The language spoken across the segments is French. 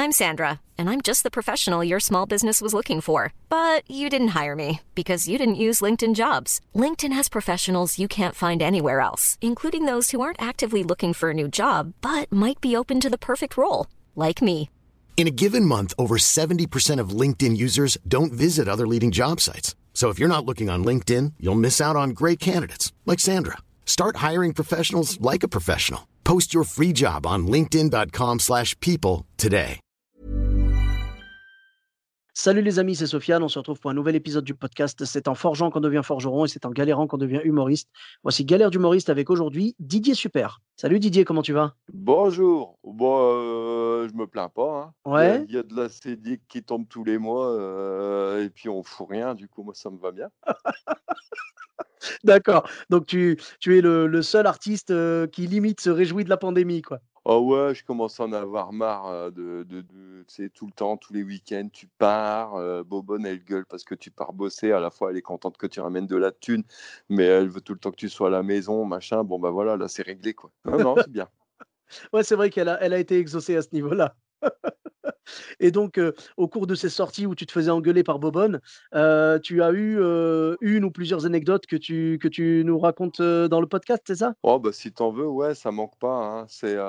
I'm Sandra, and I'm just the professional your small business was looking for. But you didn't hire me because you didn't use LinkedIn Jobs. LinkedIn has professionals you can't find anywhere else, including those who aren't actively looking for a new job, but might be open to the perfect role, like me. In a given month, over 70% of LinkedIn users don't visit other leading job sites. So if you're not looking on LinkedIn, you'll miss out on great candidates like Sandra. Start hiring professionals like a professional. Post your free job on linkedin.com/people today. Salut les amis, c'est Sofiane. On se retrouve pour un nouvel épisode du podcast. C'est en forgeant qu'on devient forgeron et c'est en galérant qu'on devient humoriste. Voici Galère d'humoriste avec aujourd'hui Didier Super. Salut Didier, comment tu vas? Bonjour. Bon, je me plains pas, hein. Ouais, Il y a de la CDI qui tombe tous les mois et puis on fout rien. Du coup, moi, ça me va bien. d'accord. Donc tu es le seul artiste qui limite se réjouit de la pandémie, quoi. Ah ouais, je commence à en avoir marre tu sais, tout le temps, tous les week-ends, tu pars. Bobonne, elle gueule parce que tu pars bosser. À la fois, elle est contente que tu ramènes de la thune, mais elle veut tout le temps que tu sois à la maison, machin. Bon, bah voilà, là, c'est réglé, quoi. Non, non, c'est bien. Ouais, c'est vrai elle a été exaucée à ce niveau-là. Et donc, au cours de ces sorties où tu te faisais engueuler par Bobonne, tu as eu, une ou plusieurs anecdotes que tu nous racontes, dans le podcast, c'est ça? Oh, bah, si t'en veux, ouais, ça manque pas, hein.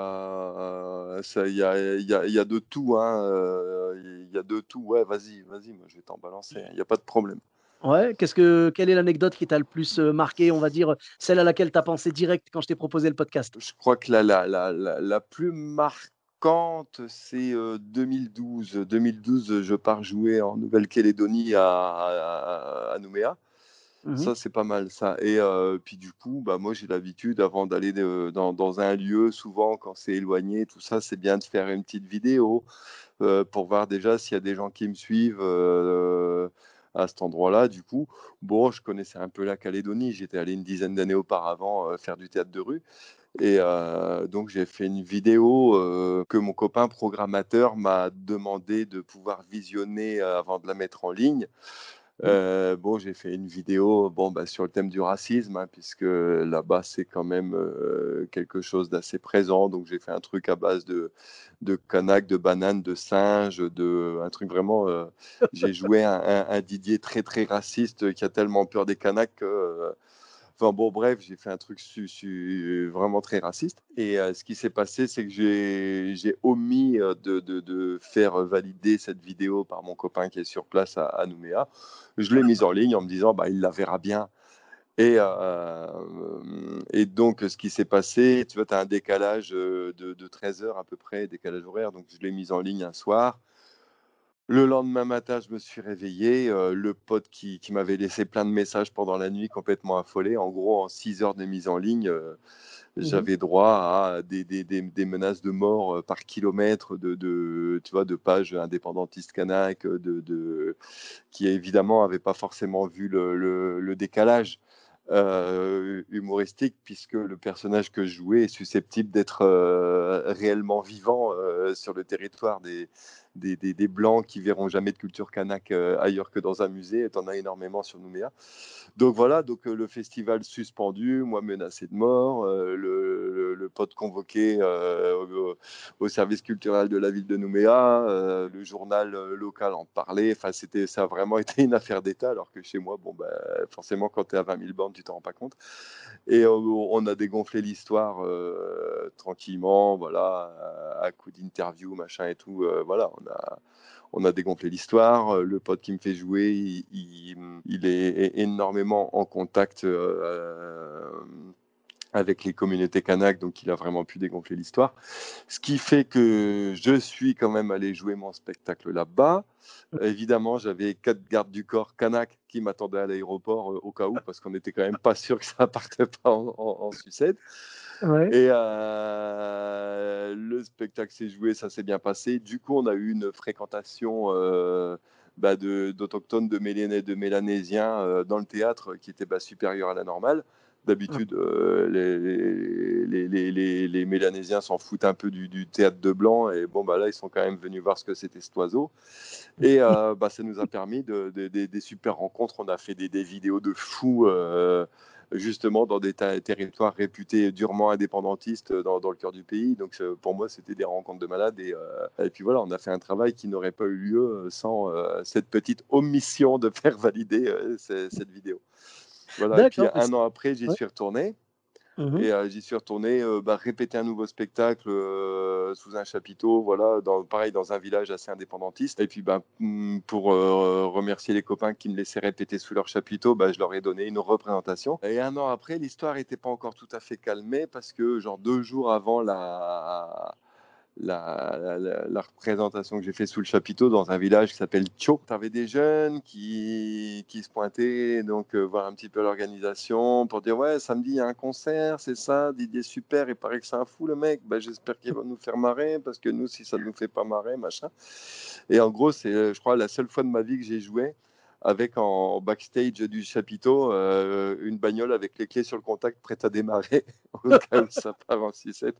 Il y a de tout, hein. Il y a de tout. Ouais, vas-y, vas-y, moi, je vais t'en balancer, hein. Il y a pas de problème. Ouais, quelle est l'anecdote qui t'a le plus, marqué, on va dire, celle à laquelle tu as pensé direct quand je t'ai proposé le podcast? Je crois que la plus marquante, c'est 2012. 2012, je pars jouer en Nouvelle-Calédonie à Nouméa. Mmh. Ça, c'est pas mal ça. Et puis du coup, bah, moi, j'ai l'habitude, avant d'aller dans un lieu, souvent quand c'est éloigné, tout ça, c'est bien de faire une petite vidéo pour voir déjà s'il y a des gens qui me suivent à cet endroit-là. Du coup, bon, je connaissais un peu la Calédonie. J'étais allé une dizaine d'années auparavant faire du théâtre de rue. Et donc j'ai fait une vidéo que mon copain programmateur m'a demandé de pouvoir visionner avant de la mettre en ligne. Mmh. Bon, j'ai fait une vidéo, bon, bah, sur le thème du racisme, hein, puisque là-bas, c'est quand même quelque chose d'assez présent. Donc j'ai fait un truc à base de canaques, de bananes, de singes, un truc vraiment. J'ai joué un Didier très très raciste qui a tellement peur des canaques que, enfin bon, bref, j'ai fait un truc vraiment très raciste. Et ce qui s'est passé, c'est que j'ai omis de faire valider cette vidéo par mon copain qui est sur place à Nouméa. Je l'ai mise en ligne en me disant, bah, il la verra bien. Et donc, ce qui s'est passé, tu vois, tu as un décalage de 13 heures à peu près, décalage horaire. Donc, je l'ai mise en ligne un soir. Le lendemain matin, je me suis réveillé. Le pote qui m'avait laissé plein de messages pendant la nuit, complètement affolé. En gros, en 6 heures de mise en ligne, Mmh. j'avais droit à des menaces de mort par kilomètre tu vois, de pages indépendantistes kanak, qui évidemment n'avaient pas forcément vu le décalage humoristique, puisque le personnage que je jouais est susceptible d'être réellement vivant sur le territoire des Blancs qui verront jamais de culture kanak ailleurs que dans un musée, et t'en as énormément sur Nouméa. Donc voilà, donc le festival suspendu, moi menacé de mort, le pote convoqué au service culturel de la ville de Nouméa, le journal local en parlait. Enfin, ça a vraiment été une affaire d'État, alors que chez moi, bon, bah, forcément, quand tu es à 20 000 bornes, tu t'en rends pas compte. Et on a dégonflé l'histoire tranquillement, voilà, à coup d'interview, machin et tout. Voilà, on a dégonflé l'histoire. Le pote qui me fait jouer, il est énormément en contact avec les communautés kanak, donc il a vraiment pu dégonfler l'histoire. Ce qui fait que je suis quand même allé jouer mon spectacle là-bas. Évidemment, j'avais 4 gardes du corps kanak qui m'attendaient à l'aéroport au cas où, parce qu'on n'était quand même pas sûr que ça parte pas en sucette. Ouais. Et le spectacle s'est joué, ça s'est bien passé. Du coup, on a eu une fréquentation bah, d'autochtones, de Mélanésiens dans le théâtre qui était supérieure à la normale. Ah. D'habitude, les Mélanésiens s'en foutent un peu du théâtre de blanc. Et bon, bah, là, ils sont quand même venus voir ce que c'était cet oiseau. Et bah, ça nous a permis des super rencontres. On a fait des vidéos de fous. justement dans des territoires réputés durement indépendantistes dans le cœur du pays. Donc pour moi, c'était des rencontres de malades. Et puis voilà, on a fait un travail qui n'aurait pas eu lieu sans cette petite omission de faire valider cette vidéo. Voilà. Et puis D'accord, mais un an après, j'y ouais. suis retourné. Mmh. Et j'y suis retourné répéter un nouveau spectacle sous un chapiteau, voilà, pareil, dans un village assez indépendantiste. Et puis pour remercier les copains qui me laissaient répéter sous leur chapiteau, je leur ai donné une représentation. Et un an après, l'histoire n'était pas encore tout à fait calmée parce que genre 2 jours avant la représentation que j'ai fait sous le chapiteau dans un village qui s'appelle Tcho. Tu avais des jeunes qui se pointaient, donc voir un petit peu l'organisation pour dire ouais, samedi il y a un concert, c'est ça, Didier super, il paraît que c'est un fou le mec, j'espère qu'il va nous faire marrer parce que nous si ça ne nous fait pas marrer, machin. Et en gros, c'est je crois la seule fois de ma vie que j'ai joué avec en backstage du chapiteau une bagnole avec les clés sur le contact prête à démarrer au cas où ça part en 6-7.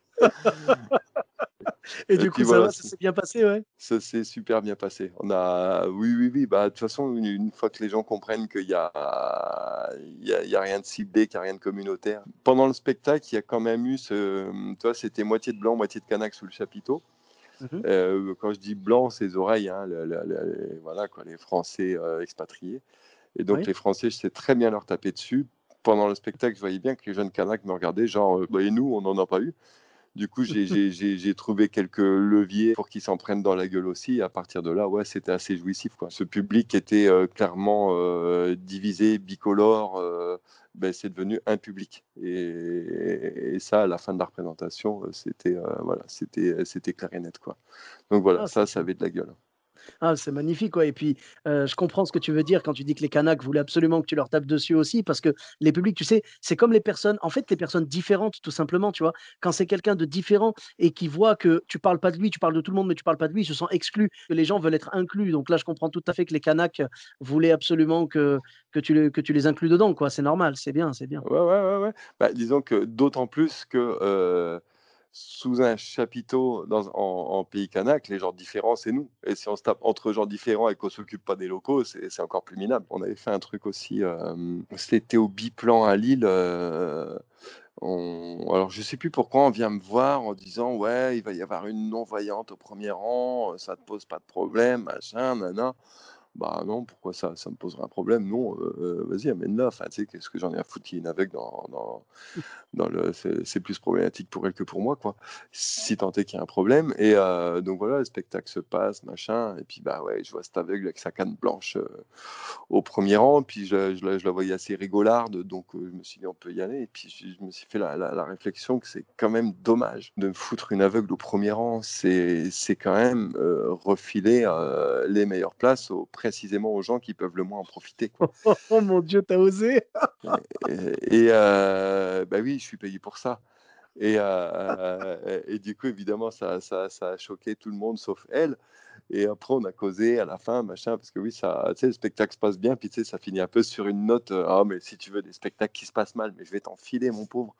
Et Et du puis coup, ça voilà, va, ça s'est bien passé, ouais? ça s'est super bien passé. Oui, oui, oui. De toute façon, une fois que les gens comprennent qu'il y a rien de ciblé, qu'il n'y a rien de communautaire. Pendant le spectacle, il y a quand même eu toi, c'était moitié de blanc, moitié de canaque sous le chapiteau. Mmh. Quand je dis blanc, c'est les oreilles, hein, voilà, quoi, les Français expatriés. Et donc, Oui. les Français, je sais très bien leur taper dessus. Pendant le spectacle, je voyais bien que les jeunes Kanaks me regardaient, genre, et nous, on n'en a pas eu. Du coup, j'ai trouvé quelques leviers pour qu'ils s'en prennent dans la gueule aussi. Et à partir de là, ouais, c'était assez jouissif, quoi. Ce public était clairement divisé, bicolore. C'est devenu un public. Et ça, à la fin de la représentation, c'était clair et net, quoi. Donc voilà, Ah, c'est ça bien. avait de la gueule. Ah, c'est magnifique, quoi. Et puis, je comprends ce que tu veux dire quand tu dis que les Kanaks voulaient absolument que tu leur tapes dessus aussi parce que les publics, tu sais, c'est comme les personnes en fait, les personnes différentes, tout simplement, tu vois? Quand c'est quelqu'un de différent et qui voit que tu parles pas de lui, tu parles de tout le monde, mais tu parles pas de lui, il se sent exclu, que les gens veulent être inclus. Donc là, je comprends tout à fait que les Kanaks voulaient absolument que tu les inclues dedans, quoi. C'est normal, c'est bien, c'est bien. Ouais, ouais, ouais, ouais. Disons que d'autant plus que sous un chapiteau en pays kanak, les gens différents, c'est nous. Et si on se tape entre gens différents et qu'on s'occupe pas des locaux, c'est encore plus minable. On avait fait un truc aussi, c'était au Biplan à Lille. Alors, je sais plus pourquoi on vient me voir en disant ouais, il va y avoir une non-voyante au premier rang, ça te pose pas de problème, machin, nana. Bah non, pourquoi ça me poserait un problème? Non, vas-y, amène-la. Enfin, tu sais, qu'est-ce que j'en ai à foutre qu'il y ait une aveugle c'est plus problématique pour elle que pour moi, quoi. Si tant est qu'il y a un problème. Et donc voilà, le spectacle se passe, machin. Et puis ouais, je vois cet aveugle avec sa canne blanche au premier rang. Puis je la voyais assez rigolarde, donc je me suis dit on peut y aller. Et puis je me suis fait la réflexion que c'est quand même dommage de me foutre une aveugle au premier rang. C'est quand même refiler les meilleures places précisément aux gens qui peuvent le moins en profiter, quoi. Oh mon Dieu, tu as osé! Oui, je suis payé pour ça. Et du coup, évidemment, ça a choqué tout le monde sauf elle. Et après, on a causé à la fin, machin, parce que oui, ça, tu sais, le spectacle se passe bien, puis tu sais, ça finit un peu sur une note. Ah, mais si tu veux des spectacles qui se passent mal, mais je vais t'enfiler, mon pauvre.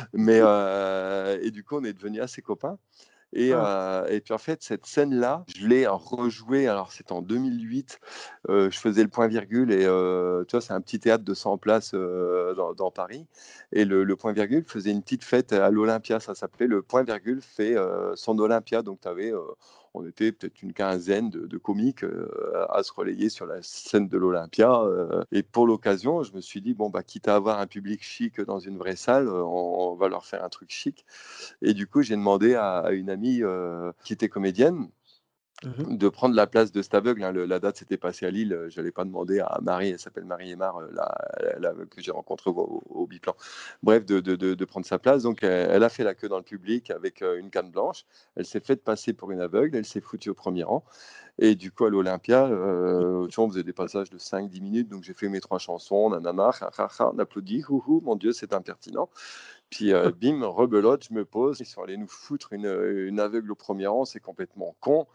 Et du coup, on est devenus assez copains. Ah. Et puis en fait, cette scène-là, je l'ai rejouée, alors c'était en 2008, je faisais le point virgule et tu vois, c'est un petit théâtre de 100 places dans Paris. Et le point virgule faisait une petite fête à l'Olympia, ça s'appelait le point virgule fait son Olympia. Donc on était peut-être une quinzaine de comiques à se relayer sur la scène de l'Olympia. Et pour l'occasion, je me suis dit, bon, quitte à avoir un public chic dans une vraie salle, on va leur faire un truc chic. Et du coup, j'ai demandé à une amie qui était comédienne Mmh. de prendre la place de cet aveugle, hein. La date s'était passée à Lille. Je n'allais pas demander à Marie, elle s'appelle Marie Aymar, l'aveugle que j'ai rencontrée au Biplan. Bref, de prendre sa place. Donc, elle a fait la queue dans le public avec une canne blanche. Elle s'est faite passer pour une aveugle. Elle s'est foutue au premier rang. Et du coup, à l'Olympia, tu vois, on faisait des passages de 5-10 minutes. Donc, j'ai fait mes 3 chansons. Nanana, on applaudit. Houhou, mon Dieu, c'est impertinent. Puis, bim, rebelote, je me pose. Ils sont allés nous foutre une aveugle au premier rang. C'est complètement con.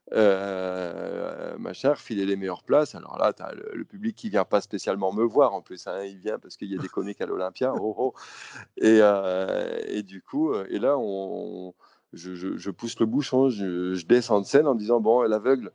Machin, refiler les meilleures places. Alors là, tu as le public qui vient pas spécialement me voir en plus, hein, il vient parce qu'il y a des comiques à l'Olympia. Oh, oh. Et du coup, et là, je pousse le bouchon, je descends de scène en disant bon, l'aveugle,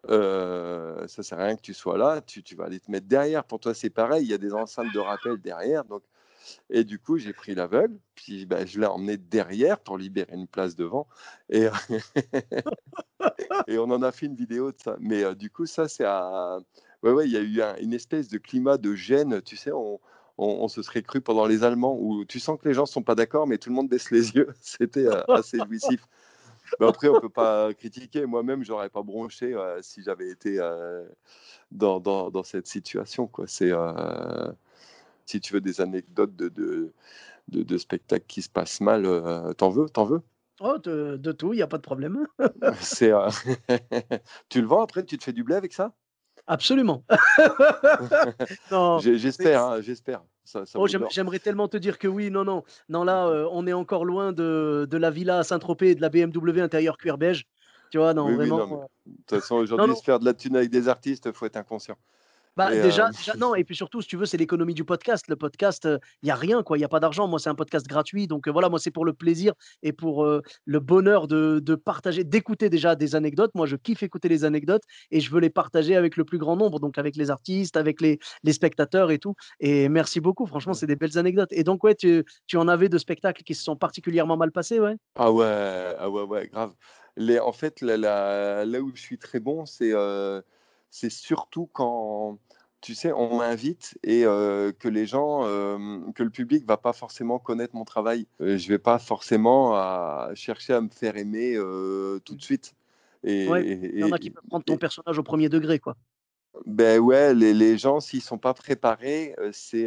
Ça sert à rien que tu sois là, tu vas aller te mettre derrière. Pour toi, c'est pareil, il y a des enceintes de rappel derrière. Donc, et du coup, j'ai pris l'aveugle, puis bah, je l'ai emmené derrière pour libérer une place devant. Et, et on en a fait une vidéo de ça. Mais du coup, ça, c'est à... Ouais, ouais, il y a eu une espèce de climat de gêne, tu sais, on se serait cru pendant les Allemands, où tu sens que les gens ne sont pas d'accord, mais tout le monde baisse les yeux. C'était assez jouissif. Mais après, on peut pas critiquer. Moi-même, j'aurais pas bronché si j'avais été dans cette situation, quoi. C'est si tu veux des anecdotes de spectacles qui se passent mal, t'en veux? Oh, de tout, il y a pas de problème. C'est tu le vends après, tu te fais du blé avec ça? Absolument. Non, mais J'espère, hein, j'espère. Ça oh, vaut de l'or. j'aimerais tellement te dire que oui, non, non. Non, là, on est encore loin de la villa à Saint-Tropez et de la BMW intérieur cuir beige. Tu vois? Non, Oui, oui, vraiment, non, mais de toute façon, non, aujourd'hui, non. se faire de la thune avec des artistes, faut être inconscient. Bah, Et déjà non et puis surtout, si tu veux, c'est l'économie du podcast. Le podcast, il y a rien quoi, il y a pas d'argent. Moi, c'est un podcast gratuit donc voilà, moi, c'est pour le plaisir et pour, le bonheur de partager, d'écouter déjà des anecdotes. Moi, je kiffe écouter les anecdotes et je veux les partager avec le plus grand nombre, donc avec les artistes, avec les spectateurs et tout et merci beaucoup, franchement, c'est des belles anecdotes et donc ouais, tu en avais de spectacles qui se sont particulièrement mal passés, ouais? ah ouais, ouais, grave. En fait, là où je suis très bon, c'est surtout quand, tu sais, on m'invite et que les gens, que le public va pas forcément connaître mon travail. Je vais pas forcément chercher à me faire aimer tout Mmh. de suite. Ouais, il y en a qui Et, peuvent prendre ton et, personnage au premier degré, quoi. ben ouais, les gens, s'ils sont pas préparés,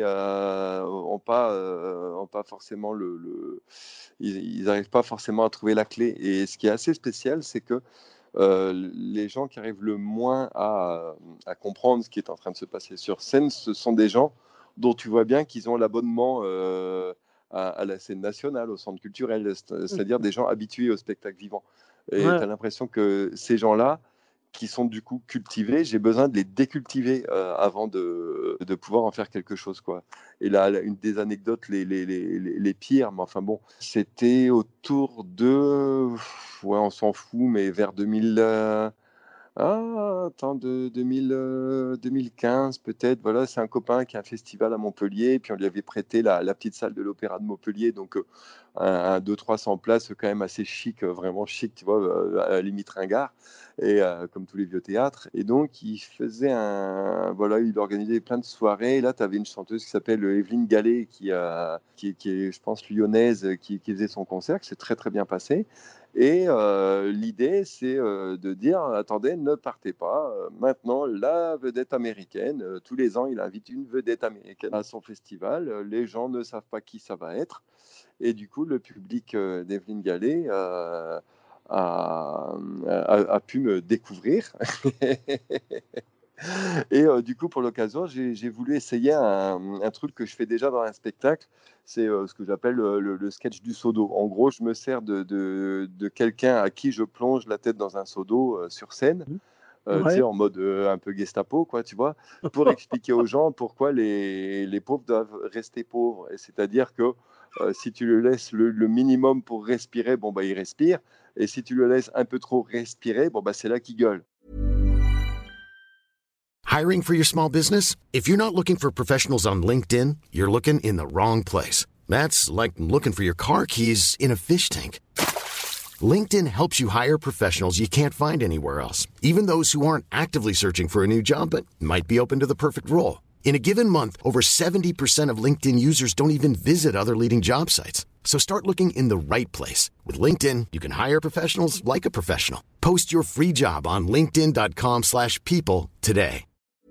ont pas forcément ils arrivent pas forcément à trouver la clé. Et ce qui est assez spécial, c'est que les gens qui arrivent le moins à comprendre ce qui est en train de se passer sur scène, ce sont des gens dont tu vois bien qu'ils ont l'abonnement à la scène nationale, au centre culturel, Mmh. c'est-à-dire des gens habitués au spectacle vivant. Et tu Ouais. as l'impression que ces gens-là, qui sont du coup cultivés, j'ai besoin de les décultiver avant de pouvoir en faire quelque chose, quoi. Et là, une des anecdotes les pires, mais enfin bon, c'était autour de, ouais, on s'en fout, mais vers 2000, attends, de 2015 peut-être. Voilà, c'est un copain qui a un festival à Montpellier, puis on lui avait prêté la petite salle de l'Opéra de Montpellier, donc un 200-300 places, quand même assez chic, vraiment chic, tu vois, à la limite ringard, et comme tous les vieux théâtres. Et donc, voilà, il organisait plein de soirées. Et là, tu avais une chanteuse qui s'appelle Evelyne Gallet, qui est, je pense, lyonnaise, qui faisait son concert, qui s'est très, très bien passé. Et l'idée, c'est de dire, attendez, ne partez pas. Maintenant, la vedette américaine, tous les ans, il invite une vedette américaine à son festival. Les gens ne savent pas qui ça va être. Et du coup, le public d'Evelyne Gallet a pu me découvrir. Et du coup, pour l'occasion, j'ai voulu essayer un truc que je fais déjà dans un spectacle. C'est ce que j'appelle le sketch du seau d'eau. En gros, je me sers de quelqu'un à qui je plonge la tête dans un seau d'eau sur scène, Mmh. tu sais, Ouais. en mode un peu Gestapo, quoi, tu vois, pour expliquer aux gens pourquoi les pauvres doivent rester pauvres. Et c'est-à-dire que si tu le laisses le minimum pour respirer, bon, bah, il respire. Et si tu le laisses un peu trop respirer, bon, bah, c'est là qu'il gueule. Hiring for your small business? If you're not looking for professionals on LinkedIn, you're looking in the wrong place. That's like looking for your car keys in a fish tank. LinkedIn helps you hire professionals you can't find anywhere else, even those who aren't actively searching for a new job but might be open to the perfect role. In a given month, over 70% of LinkedIn users don't even visit other leading job sites. So start looking in the right place. With LinkedIn, you can hire professionals like a professional. Post your free job on linkedin.com/people today.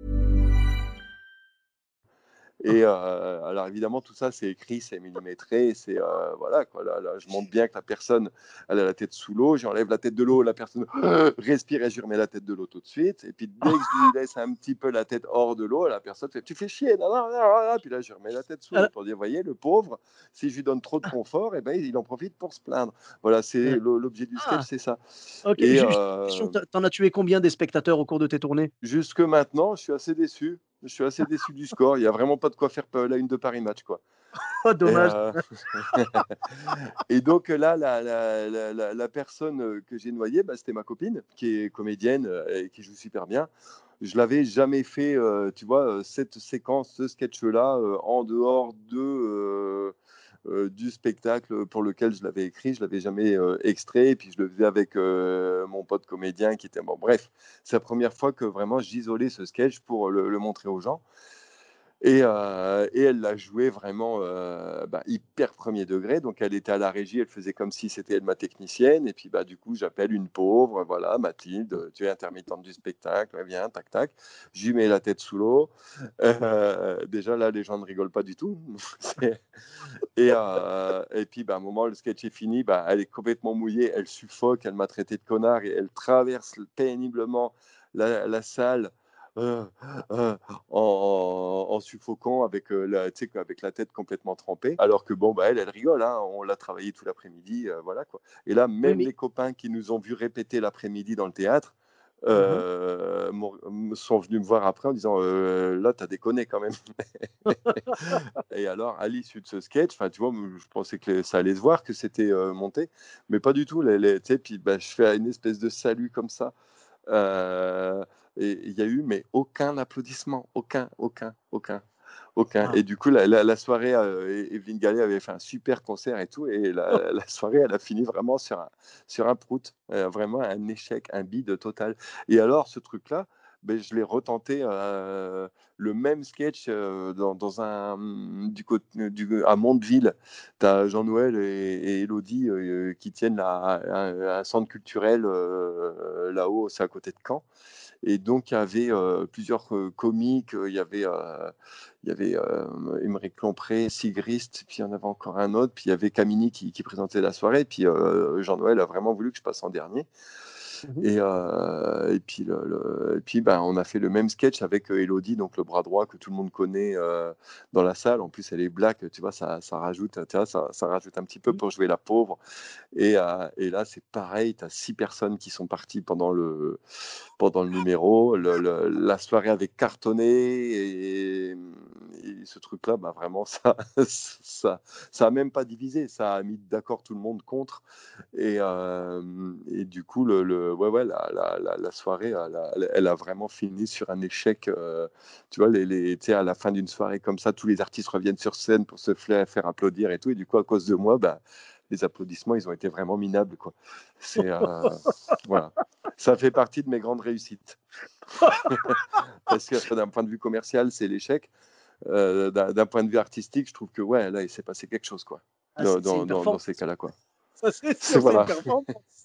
Et alors évidemment, tout ça, c'est écrit, c'est millimétré, c'est voilà quoi. Là, je montre bien que la personne, elle a la tête sous l'eau. J'enlève la tête de l'eau, la personne respire et je remets la tête de l'eau tout de suite. Et puis dès que je lui laisse un petit peu la tête hors de l'eau, la personne fait: tu fais chier, non, non, non, non, non. Puis là, je remets la tête sous l'eau Alors pour dire: voyez, le pauvre, si je lui donne trop de confort, et ben il en profite pour se plaindre. Voilà, c'est ouais. l'objet du sketch, Ah! c'est ça. OK, Et juste une question, tu en as tué combien des spectateurs au cours de tes tournées? jusque maintenant, je suis assez déçu. Je suis assez déçu du score. Il y a vraiment pas de quoi faire la une de Paris Match, quoi. Oh Et, dommage. et donc là, la personne que j'ai noyée, bah, c'était ma copine, qui est comédienne et qui joue super bien. Je l'avais jamais fait, tu vois, cette séquence, ce sketch-là, en dehors du spectacle pour lequel je l'avais écrit. Je l'avais jamais extrait. Et puis je le faisais avec mon pote comédien qui était... Bon, bref, c'est la première fois que vraiment j'isolais ce sketch pour le montrer aux gens. Et elle l'a joué vraiment bah, hyper premier degré. Donc, elle était à la régie, elle faisait comme si c'était elle ma technicienne. Et puis, bah, du coup, j'appelle une pauvre, voilà, Mathilde, tu es intermittente du spectacle, ouais, viens, tac, tac. Je lui mets la tête sous l'eau. Déjà, là, les gens ne rigolent pas du tout. Et puis, bah, à un moment, le sketch est fini, bah, elle est complètement mouillée, elle suffoque, elle m'a traité de connard et elle traverse péniblement la salle euh, euh, en suffoquant avec, tu sais, avec la tête complètement trempée. Alors que bon, bah, elle rigole, hein, on l'a travaillé tout l'après-midi, voilà quoi. Et là, Oui, même mais les copains qui nous ont vu répéter l'après-midi dans le théâtre, mmh. sont venus me voir après en disant là, t'as déconné quand même. Et alors, à l'issue de ce sketch, enfin, tu vois, je pensais que ça allait se voir, que c'était monté, mais pas du tout. Tu sais, puis bah, je fais une espèce de salut comme ça. euh, et il y a eu, mais aucun applaudissement, aucun. Aucun. Ah. Et du coup, la soirée, Evelyne Gallet avait fait un super concert et tout, et la soirée, elle a fini vraiment sur un prout, vraiment un échec, un bide total. Et alors, ce truc-là, ben, je l'ai retenté, le même sketch dans à Mondeville. Tu as Jean-Noël et Elodie qui tiennent un centre culturel là-haut, c'est à côté de Caen. Et donc, il y avait plusieurs comiques. Il y avait Émeric Lompré, Sigrist, puis il y en avait encore un autre. Puis il y avait Camini qui présentait la soirée. Puis Jean-Noël a vraiment voulu que je passe en dernier. Mmh. Et puis, ben, on a fait le même sketch avec Elodie, donc le bras droit que tout le monde connaît dans la salle. En plus, elle est black, tu vois, ça rajoute, tu vois, ça rajoute un petit peu Mmh. pour jouer la pauvre. Et là, c'est pareil, tu as 6 personnes qui sont parties pendant le numéro. La soirée avait cartonné et ce truc-là, bah, vraiment, ça a même pas divisé, ça a mis d'accord tout le monde contre. Et du coup, ouais, la soirée, elle a vraiment fini sur un échec. Tu vois, tu sais, à la fin d'une soirée comme ça, tous les artistes reviennent sur scène pour se faire applaudir et tout. Et du coup, à cause de moi, bah, les applaudissements, ils ont été vraiment minables, quoi. C'est voilà. Ça fait partie de mes grandes réussites. Parce que d'un point de vue commercial, c'est l'échec. D'un point de vue artistique, je trouve que ouais, là, il s'est passé quelque chose, quoi. Ah, Dans, c'est dans, une dans, dans performance. ces cas-là, quoi. Ça, c'est C'est sûr, c'est une voilà. performance.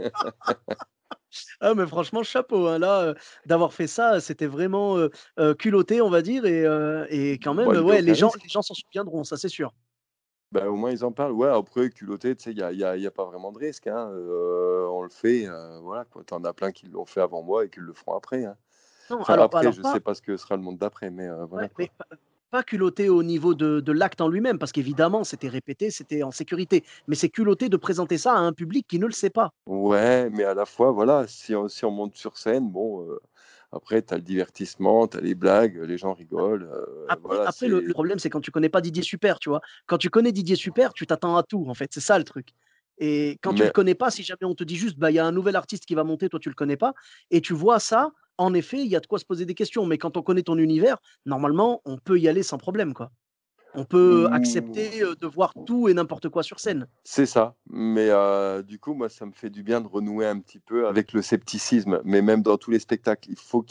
Ah, mais franchement, chapeau, hein, là, d'avoir fait ça, c'était vraiment, culotté, on va dire et quand même, Bon, il n'y a ouais, aucun les risque. gens s'en souviendront, ça, c'est sûr. Bah, au moins, ils en parlent. Ouais, après, culotté, tu sais, il y a pas vraiment de risque, hein. On le fait, voilà, quoi. T'en as plein qui l'ont fait avant moi et qui le feront après, hein. Non, Enfin, après, alors je pas sais pas ce que sera le monde d'après, mais ouais, voilà, mais quoi. pas culotté au niveau de l'acte en lui-même, parce qu'évidemment, c'était répété, c'était en sécurité. Mais c'est culotté de présenter ça à un public qui ne le sait pas. Ouais, mais à la fois, voilà, si on monte sur scène, bon, après, tu as le divertissement, tu as les blagues, les gens rigolent, voilà, Après le problème, c'est quand tu connais pas Didier Super, tu vois? Quand tu connais Didier Super, tu t'attends à tout, en fait, c'est ça le truc et quand tu le mais connais pas, si jamais on te dit juste: «Bah, il y a un nouvel artiste qui va monter, toi tu le connais pas» et tu vois ça, en effet, il y a de quoi se poser des questions. Mais quand on connaît ton univers, normalement, on peut y aller sans problème, quoi. On peut ou accepter, de voir tout et n'importe quoi sur scène. c'est ça, mais du coup, moi, ça me fait du bien de renouer un petit peu avec le scepticisme, mais même dans tous les spectacles,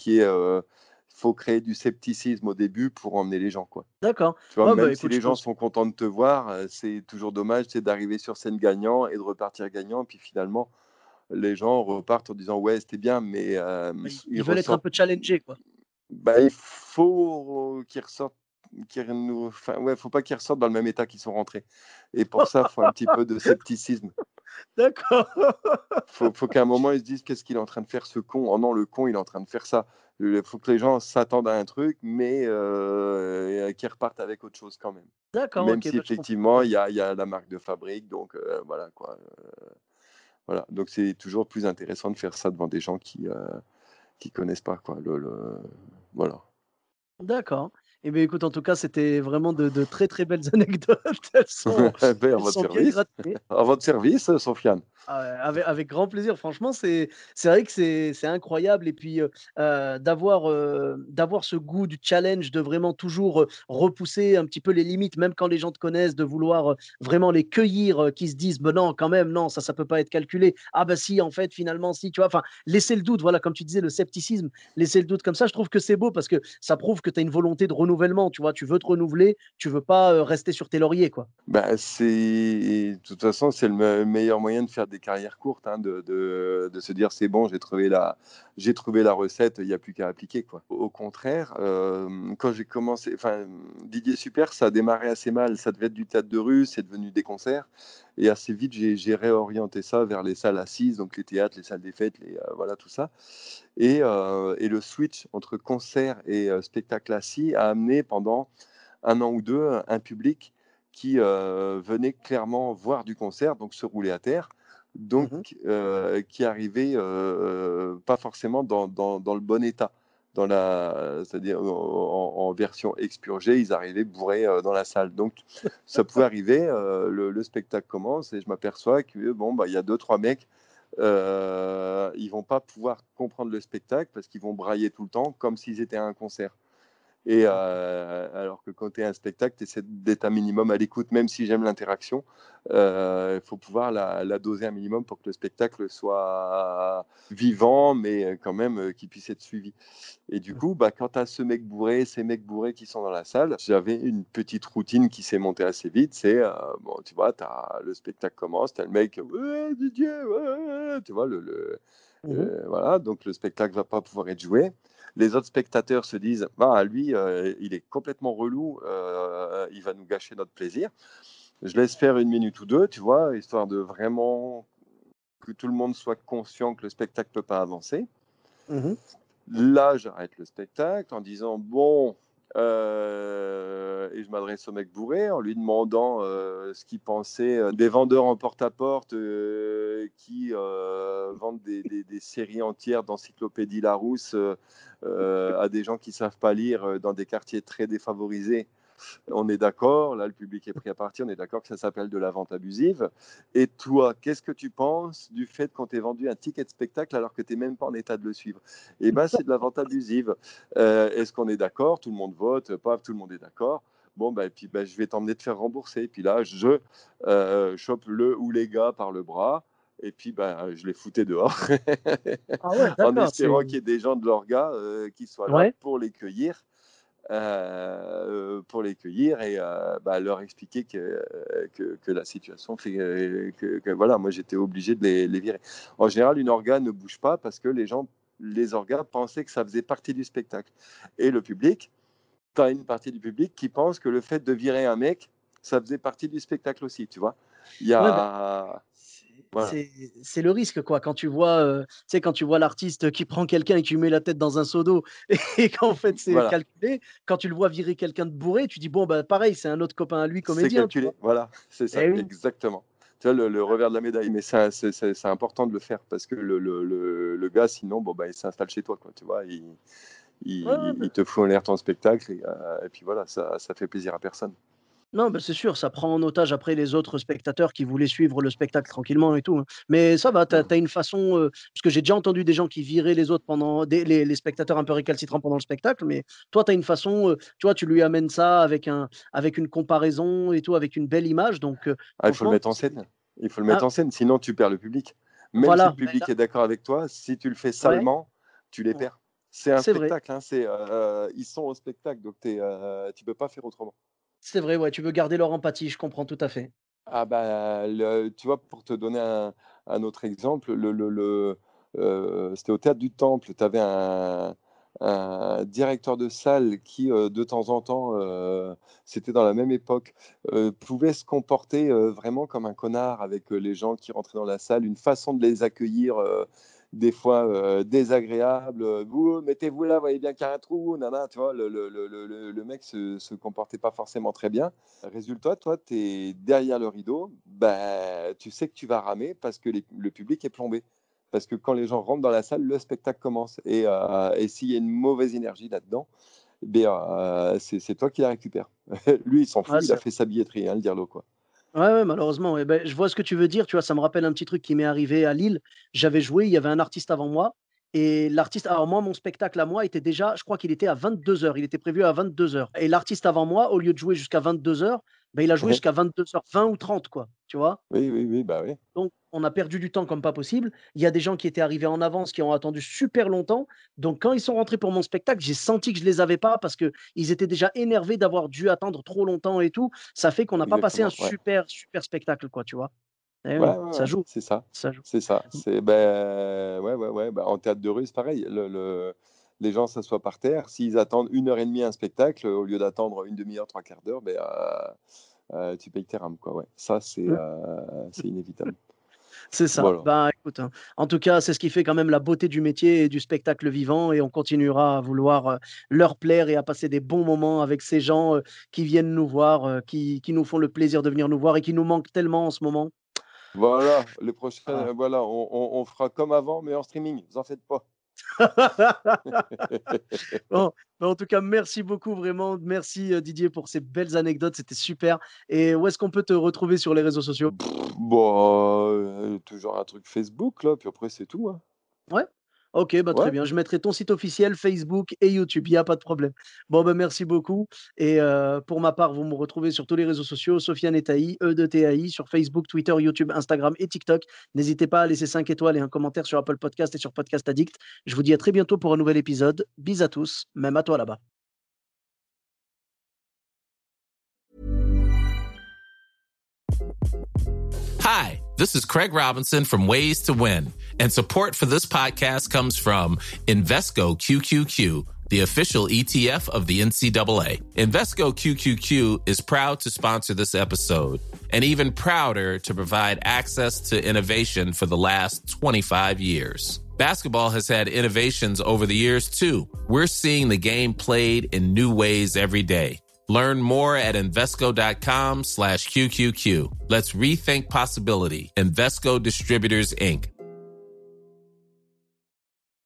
il faut créer du scepticisme au début pour emmener les gens, quoi. D'accord. Tu vois, Ouais, bah, même si écoute, je les gens pense sont contents de te voir, c'est toujours dommage, c'est d'arriver sur scène gagnant et de repartir gagnant, puis finalement, les gens repartent en disant: «Ouais, c'était bien», mais ils ils veulent être un ressortent. peu challengés, quoi. Bah, il faut qu'ils ressortent, enfin, ouais, faut pas qu'ils ressortent dans le même état qu'ils sont rentrés. Et pour ça, faut un petit peu de scepticisme. D'accord. Faut qu'à un moment, ils se disent: «Qu'est-ce qu'il est en train de faire ce con? Oh non, le con, il est en train de faire ça». Il faut que les gens s'attendent à un truc, mais qu'ils repartent avec autre chose quand même. D'accord, Même OK, si bah, je comprends. effectivement, il y a la marque de fabrique, donc voilà quoi, voilà. Donc c'est toujours plus intéressant de faire ça devant des gens qui connaissent pas quoi, voilà. D'accord Eh bien, écoute, en tout cas, c'était vraiment de très, très belles anecdotes. Ben, à Elles votre sont bien service. gratinées. À votre service, Sofiane. Ah ouais, avec grand plaisir. Franchement, c'est vrai que c'est incroyable et puis, d'avoir ce goût du challenge, de vraiment toujours, repousser un petit peu les limites, même quand les gens te connaissent, de vouloir, vraiment les cueillir, qu'ils se disent: «Bah, non, quand même, non, ça peut pas être calculé. Ah bah si, en fait, finalement, si», tu vois? Enfin, laisser le doute, voilà, comme tu disais, le scepticisme, laisser le doute comme ça, je trouve que c'est beau parce que ça prouve que tu as une volonté de renouvellement, tu vois? Tu veux te renouveler, tu veux pas, rester sur tes lauriers, quoi. Bah, de toute façon, c'est le meilleur moyen de faire des carrières courtes, hein, de se dire: «C'est bon, j'ai trouvé la recette, il y a plus qu'à appliquer», quoi. Au contraire, quand j'ai commencé enfin, Didier Super, ça a démarré assez mal. Ça devait être du théâtre de rue, c'est devenu des concerts et assez vite, j'ai réorienté ça vers les salles assises, donc les théâtres, les salles des fêtes, voilà, tout ça et le switch entre concert et spectacle assis a amené pendant 1 an ou 2 un public qui, venait clairement voir du concert, donc se rouler à terre, donc Mmh. qui arrivait, pas forcément dans le bon état. C'est-à-dire en version expurgée, ils arrivaient bourrés, dans la salle. Donc ça pouvait arriver, le spectacle commence et je m'aperçois que, bon, bah, il y a deux trois mecs, ils vont pas pouvoir comprendre le spectacle parce qu'ils vont brailler tout le temps comme s'ils étaient à un concert. Et alors que quand tu es à un spectacle, tu essaies d'être un minimum à l'écoute, même si j'aime l'interaction, il faut pouvoir la doser un minimum pour que le spectacle soit vivant, mais quand même qu'il puisse être suivi. Et du coup, bah, quand tu as ces mecs bourrés qui sont dans la salle, j'avais une petite routine qui s'est montée assez vite. C'est, bon, tu vois, le spectacle commence, tu as le mec, ouais, Didier, ouais, tu vois, Mmh. voilà, donc le spectacle va pas pouvoir être joué. Les autres spectateurs se disent, bah, lui, il est complètement relou, il va nous gâcher notre plaisir. Je laisse faire 1 minute ou deux, tu vois, histoire de vraiment que tout le monde soit conscient que le spectacle peut pas avancer. Mmh. Là, j'arrête le spectacle en disant: «Bon», et je m'adresse au mec bourré en lui demandant, ce qu'il pensait, des vendeurs en porte-à-porte, qui, vendent des séries entières d'encyclopédie Larousse, à des gens qui savent pas lire, dans des quartiers très défavorisés. On est d'accord, là le public est pris à partie, on est d'accord que ça s'appelle de la vente abusive. Et toi, qu'est-ce que tu penses du fait qu'on t'ait vendu un ticket de spectacle alors que tu n'es même pas en état de le suivre? Eh bien, c'est de la vente abusive. Est-ce qu'on est d'accord? Tout le monde vote, paf, tout le monde est d'accord. Bon, bah, et puis bah, je vais t'emmener te faire rembourser. Et puis là, je chope le ou les gars par le bras. Et puis, bah, je les foutais dehors Ah ouais, en d'accord, c'est espérant qu'il y ait des gens de l'orga qui soient là ouais. pour les cueillir et bah, leur expliquer que la situation fait que voilà, moi j'étais obligé de les virer. En général, une orga ne bouge pas parce que les orgas pensaient que ça faisait partie du spectacle. Et le public, tu as une partie du public qui pense que le fait de virer un mec, ça faisait partie du spectacle aussi, tu vois. Il y Ouais, bah, a. c'est Voilà. c'est le risque, quoi. Quand tu vois, tu sais, quand tu vois l'artiste qui prend quelqu'un et qui lui met la tête dans un seau d'eau et qu'en fait, c'est Voilà. calculé. Quand tu le vois virer quelqu'un de bourré, tu dis: «Bon, bah, pareil, c'est un autre copain à lui C'est comédien», tu vois? calculé, voilà, c'est ça, Eh oui. exactement. Tu vois, le revers de la médaille, mais ça, c'est important de le faire parce que le gars, sinon, bon, bah, il s'installe chez toi, quoi, tu vois, Ouais, ouais, bah il te fout en l'air ton spectacle et puis voilà, ça fait plaisir à personne. non, bah, c'est sûr, ça prend en otage après les autres spectateurs qui voulaient suivre le spectacle tranquillement et tout, hein. Mais ça va, tu as une façon, parce que j'ai déjà entendu des gens qui viraient les autres pendant les spectateurs un peu récalcitrants pendant le spectacle, mais toi, tu as une façon, tu vois, tu lui amènes ça avec une comparaison et tout, avec une belle image donc Ah, il faut le franchement, mettre en c'est scène, il faut le mettre ah, en scène, sinon tu perds le public. Même si le voilà, bah, là public est d'accord avec toi, si tu le fais ouais, salement, tu les ouais, perds. C'est un c'est vrai. spectacle, hein, ils sont au spectacle, donc tu peux pas faire autrement. C'est vrai, ouais, tu veux garder leur empathie, je comprends tout à fait. Ah bah, tu vois, pour te donner un autre exemple, c'était au Théâtre du Temple. Tu avais un directeur de salle qui, de temps en temps, c'était dans la même époque, pouvait se comporter, vraiment comme un connard avec, les gens qui rentraient dans la salle. Une façon de les accueillir, des fois, désagréable, «Vous, mettez-vous là, voyez bien qu'il y a un trou, nin tu vois? Le mec se comportait pas forcément très bien. Résultat, toi, tu es derrière le rideau, bah, tu sais que tu vas ramer parce que le public est plombé. Parce que quand les gens rentrent dans la salle, le spectacle commence et s'il y a une mauvaise énergie là-dedans c'est toi qui la récupères. Lui, il s'en fout, Ouais, il a fait sa billetterie, le Diallo, quoi. Ouais, malheureusement, ouais. Je vois ce que tu veux dire, tu vois? Ça me rappelle un petit truc qui m'est arrivé à Lille. J'avais joué, il y avait un artiste avant moi et l'artiste alors moi, mon spectacle à moi était déjà je crois qu'il était à 22h. Il était prévu à 22h et l'artiste avant moi, au lieu de jouer jusqu'à 22h, il a joué jusqu'à 22h20 ou 30 quoi, tu vois? Oui, bah oui. Donc on a perdu du temps comme pas possible. Il y a des gens qui étaient arrivés en avance, qui ont attendu super longtemps. Donc quand ils sont rentrés pour mon spectacle, j'ai senti que je les avais pas parce qu'ils étaient déjà énervés d'avoir dû attendre trop longtemps et tout. Ça fait qu'on n'a pas passé un Exactement, ouais. super, super spectacle quoi, tu vois? Eh Ouais, oui, ouais, ça ouais, joue, c'est ça. ça joue. C'est ça. Mmh. Ouais. Bah, en théâtre de rue, c'est pareil. Les gens s'assoient par terre. S'ils attendent 1h30 un spectacle, au lieu d'attendre une demi-heure, trois quarts d'heure, tu payes tes rames, quoi. Ouais. Ça, Mmh. c'est inévitable. C'est ça. Voilà. Écoute, hein, en tout cas, c'est ce qui fait quand même la beauté du métier et du spectacle vivant et on continuera à vouloir, leur plaire et à passer des bons moments avec ces gens, qui viennent nous voir, qui nous font le plaisir de venir nous voir et qui nous manquent tellement en ce moment. Voilà, les prochains, Voilà. voilà, on fera comme avant, mais en streaming. Vous en faites pas. Bon, en tout cas, merci beaucoup vraiment. Merci, Didier pour ces belles anecdotes, c'était super et où est-ce qu'on peut te retrouver sur les réseaux sociaux? Bon, toujours un truc Facebook, là, puis après, c'est tout, hein. Ouais? OK, très Ouais. bien. Je mettrai ton site officiel, Facebook et YouTube, il y a pas de problème. Bon, merci beaucoup et pour ma part, vous me retrouvez sur tous les réseaux sociaux, Sofiane Etaï, E-D-T-A-I, sur Facebook, Twitter, YouTube, Instagram et TikTok. N'hésitez pas à laisser 5 étoiles et un commentaire sur Apple Podcast et sur Podcast Addict. Je vous dis à très bientôt pour un nouvel épisode. Bis à tous, même à toi là-bas. Hi, this is Craig Robinson from Ways to Win, and support for this podcast comes from Invesco QQQ, the official ETF of the NCAA. Invesco QQQ is proud to sponsor this episode and even prouder to provide access to innovation for the last 25 years. Basketball has had innovations over the years, too. We're seeing the game played in new ways every day. Learn more at Invesco.com/QQQ. Let's rethink possibility. Invesco Distributors, Inc.